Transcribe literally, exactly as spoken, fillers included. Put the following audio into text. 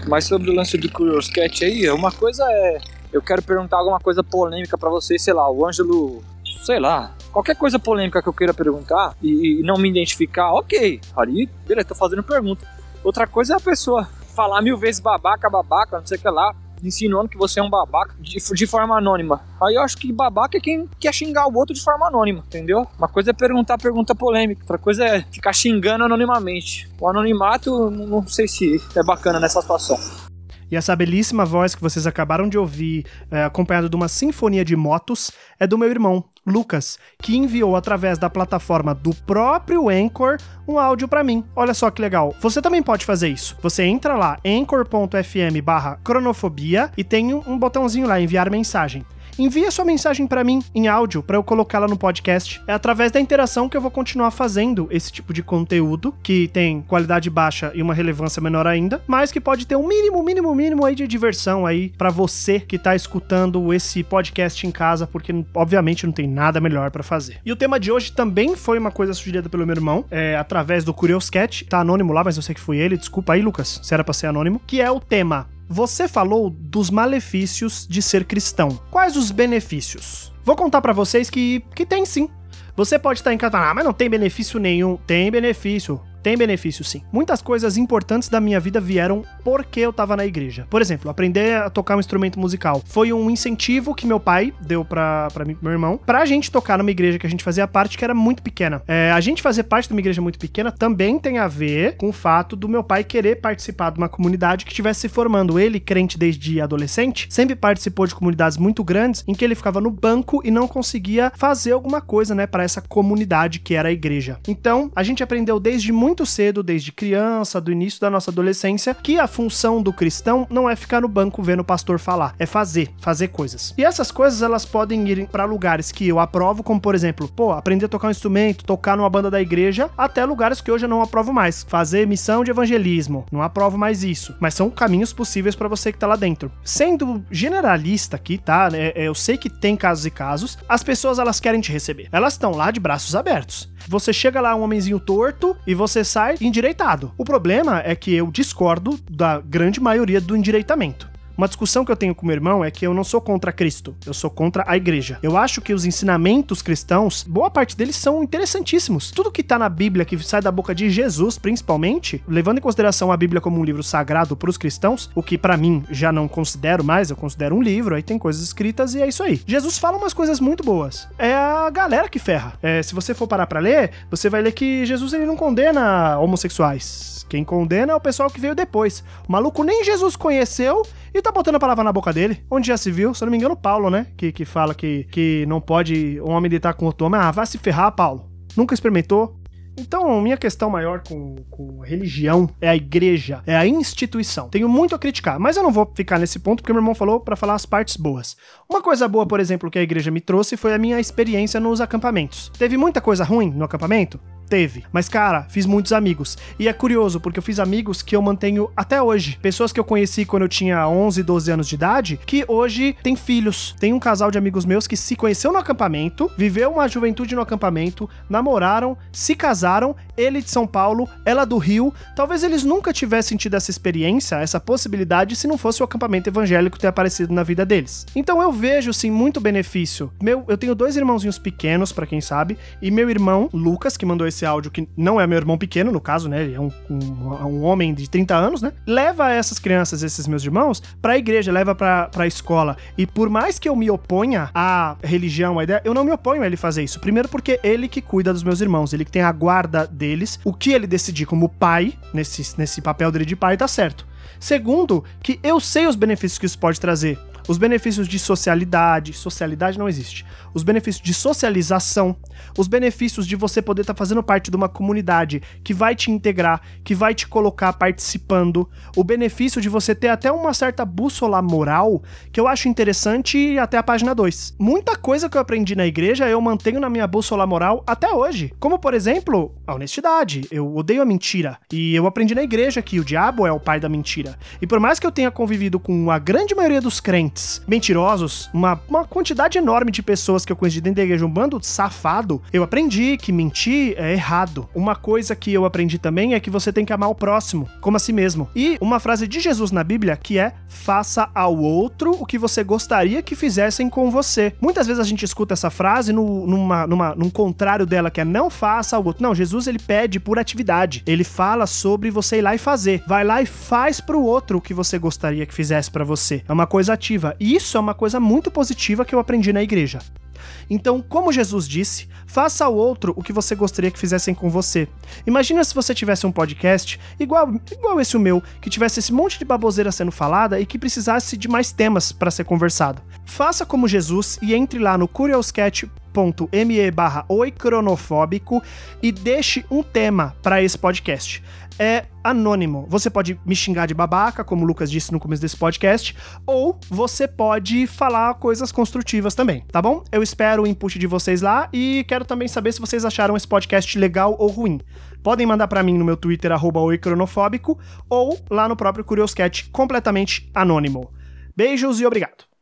Mas sobre o lance do Curious Cat aí, uma coisa é... Eu quero perguntar alguma coisa polêmica pra vocês, sei lá, o Ângelo... Sei lá, qualquer coisa polêmica que eu queira perguntar e, e não me identificar, ok. Aí, beleza, tô fazendo pergunta. Outra coisa é a pessoa falar mil vezes babaca, babaca, não sei o que lá, insinuando que você é um babaca de, de forma anônima. Aí eu acho que babaca é quem quer xingar o outro de forma anônima, entendeu? Uma coisa é perguntar pergunta polêmica, outra coisa é ficar xingando anonimamente. O anonimato, não sei se é bacana nessa situação. E essa belíssima voz que vocês acabaram de ouvir, é, acompanhado de uma sinfonia de motos, é do meu irmão, Lucas, que enviou através da plataforma do próprio Anchor um áudio pra mim. Olha só que legal. Você também pode fazer isso. Você entra lá, anchor.fm barra cronofobia e tem um botãozinho lá, enviar mensagem. Envie a sua mensagem pra mim em áudio pra eu colocá-la no podcast. É através da interação que eu vou continuar fazendo esse tipo de conteúdo, que tem qualidade baixa e uma relevância menor ainda, mas que pode ter um mínimo, mínimo, mínimo aí de diversão aí pra você que tá escutando esse podcast em casa, porque obviamente não tem nada melhor pra fazer. E o tema de hoje também foi uma coisa sugerida pelo meu irmão, é, através do Curious Cat, tá anônimo lá, mas eu sei que foi ele, desculpa aí, Lucas, se era pra ser anônimo, que é o tema: você falou dos malefícios de ser cristão. Quais os benefícios? Vou contar pra vocês que, que tem sim. Você pode estar em casa, ah, mas não tem benefício nenhum. Tem benefício. Tem benefício, sim. Muitas coisas importantes da minha vida vieram porque eu tava na igreja. Por exemplo, aprender a tocar um instrumento musical. Foi um incentivo que meu pai deu pra, pra mim e pro meu irmão, pra gente tocar numa igreja que a gente fazia parte, que era muito pequena. É, a gente fazer parte de uma igreja muito pequena também tem a ver com o fato do meu pai querer participar de uma comunidade que estivesse se formando. Ele, crente desde adolescente, sempre participou de comunidades muito grandes em que ele ficava no banco e não conseguia fazer alguma coisa, né, pra essa comunidade que era a igreja. Então, a gente aprendeu desde muito muito cedo, desde criança, do início da nossa adolescência, que a função do cristão não é ficar no banco vendo o pastor falar, é fazer, fazer coisas. E essas coisas, elas podem ir para lugares que eu aprovo, como por exemplo, pô, aprender a tocar um instrumento, tocar numa banda da igreja, até lugares que hoje eu não aprovo mais, fazer missão de evangelismo, não aprovo mais isso, mas são caminhos possíveis para você que tá lá dentro. Sendo generalista aqui, tá, é, eu sei que tem casos e casos, as pessoas, elas querem te receber, elas estão lá de braços abertos. Você chega lá, um homenzinho torto, e você sai endireitado. O problema é que eu discordo da grande maioria do endireitamento. Uma discussão que eu tenho com meu irmão é que eu não sou contra Cristo, eu sou contra a igreja. Eu acho que os ensinamentos cristãos, boa parte deles são interessantíssimos. Tudo que tá na Bíblia, que sai da boca de Jesus, principalmente, levando em consideração a Bíblia como um livro sagrado pros cristãos, o que pra mim já não considero mais, eu considero um livro, aí tem coisas escritas e é isso aí. Jesus fala umas coisas muito boas. É a galera que ferra. É, se você for parar pra ler, você vai ler que Jesus, ele não condena homossexuais. Quem condena é o pessoal que veio depois. O maluco nem Jesus conheceu e tá botando a palavra na boca dele. Onde já se viu, se eu não me engano, Paulo, né? Que, que fala que, que não pode um homem deitar com outro homem. Ah, vai se ferrar, Paulo. Nunca experimentou? Então, minha questão maior com, com religião é a igreja, é a instituição. Tenho muito a criticar, mas eu não vou ficar nesse ponto porque meu irmão falou pra falar as partes boas. Uma coisa boa, por exemplo, que a igreja me trouxe foi a minha experiência nos acampamentos. Teve muita coisa ruim no acampamento? Teve. Mas, cara, fiz muitos amigos. E é curioso, porque eu fiz amigos que eu mantenho até hoje. Pessoas que eu conheci quando eu tinha onze, doze anos de idade, que hoje têm filhos. Tem um casal de amigos meus que se conheceu no acampamento, viveu uma juventude no acampamento, namoraram, se casaram, ele de São Paulo, ela do Rio. Talvez eles nunca tivessem tido essa experiência, essa possibilidade, se não fosse o acampamento evangélico ter aparecido na vida deles. Então eu vejo, sim, muito benefício. Meu, eu tenho dois irmãozinhos pequenos, pra quem sabe, e meu irmão, Lucas, que mandou esse esse áudio, que não é meu irmão pequeno, no caso, né, ele é um, um, um homem de trinta anos, né, leva essas crianças, esses meus irmãos, pra igreja, leva pra, pra escola, e por mais que eu me oponha à religião, à ideia, eu não me oponho a ele fazer isso, primeiro porque ele que cuida dos meus irmãos, ele que tem a guarda deles, o que ele decidir como pai, nesse, nesse papel dele de pai, tá certo. Segundo, que eu sei os benefícios que isso pode trazer. Os benefícios de socialidade, socialidade não existe, os benefícios de socialização, os benefícios de você poder estar tá fazendo parte de uma comunidade que vai te integrar, que vai te colocar participando, o benefício de você ter até uma certa bússola moral, que eu acho interessante até a página dois. Muita coisa que eu aprendi na igreja eu mantenho na minha bússola moral até hoje, como por exemplo, a honestidade, eu odeio a mentira, e eu aprendi na igreja que o diabo é o pai da mentira, e por mais que eu tenha convivido com a grande maioria dos crentes, crentes mentirosos, uma, uma quantidade enorme de pessoas que eu conheci dentro da igreja, um bando safado, eu aprendi que mentir é errado. Uma coisa que eu aprendi também é que você tem que amar o próximo, como a si mesmo. E uma frase de Jesus na Bíblia que é: faça ao outro o que você gostaria que fizessem com você. Muitas vezes a gente escuta essa frase no, numa, numa, num contrário dela, que é não faça ao outro. Não, Jesus ele pede por atividade. Ele fala sobre você ir lá e fazer. Vai lá e faz pro outro o que você gostaria que fizesse pra você. É uma coisa ativa. E isso é uma coisa muito positiva que eu aprendi na igreja. Então, como Jesus disse, faça ao outro o que você gostaria que fizessem com você. Imagina se você tivesse um podcast igual, igual esse o meu, que tivesse esse monte de baboseira sendo falada e que precisasse de mais temas para ser conversado. Faça como Jesus e entre lá no curioscat ponto me barra oicronofóbico e deixe um tema para esse podcast. É anônimo. Você pode me xingar de babaca, como o Lucas disse no começo desse podcast, ou você pode falar coisas construtivas também, tá bom? Eu espero o input de vocês lá e quero também saber se vocês acharam esse podcast legal ou ruim. Podem mandar pra mim no meu Twitter, arroba oicronofóbico, ou lá no próprio Curioscat, completamente anônimo. Beijos e obrigado!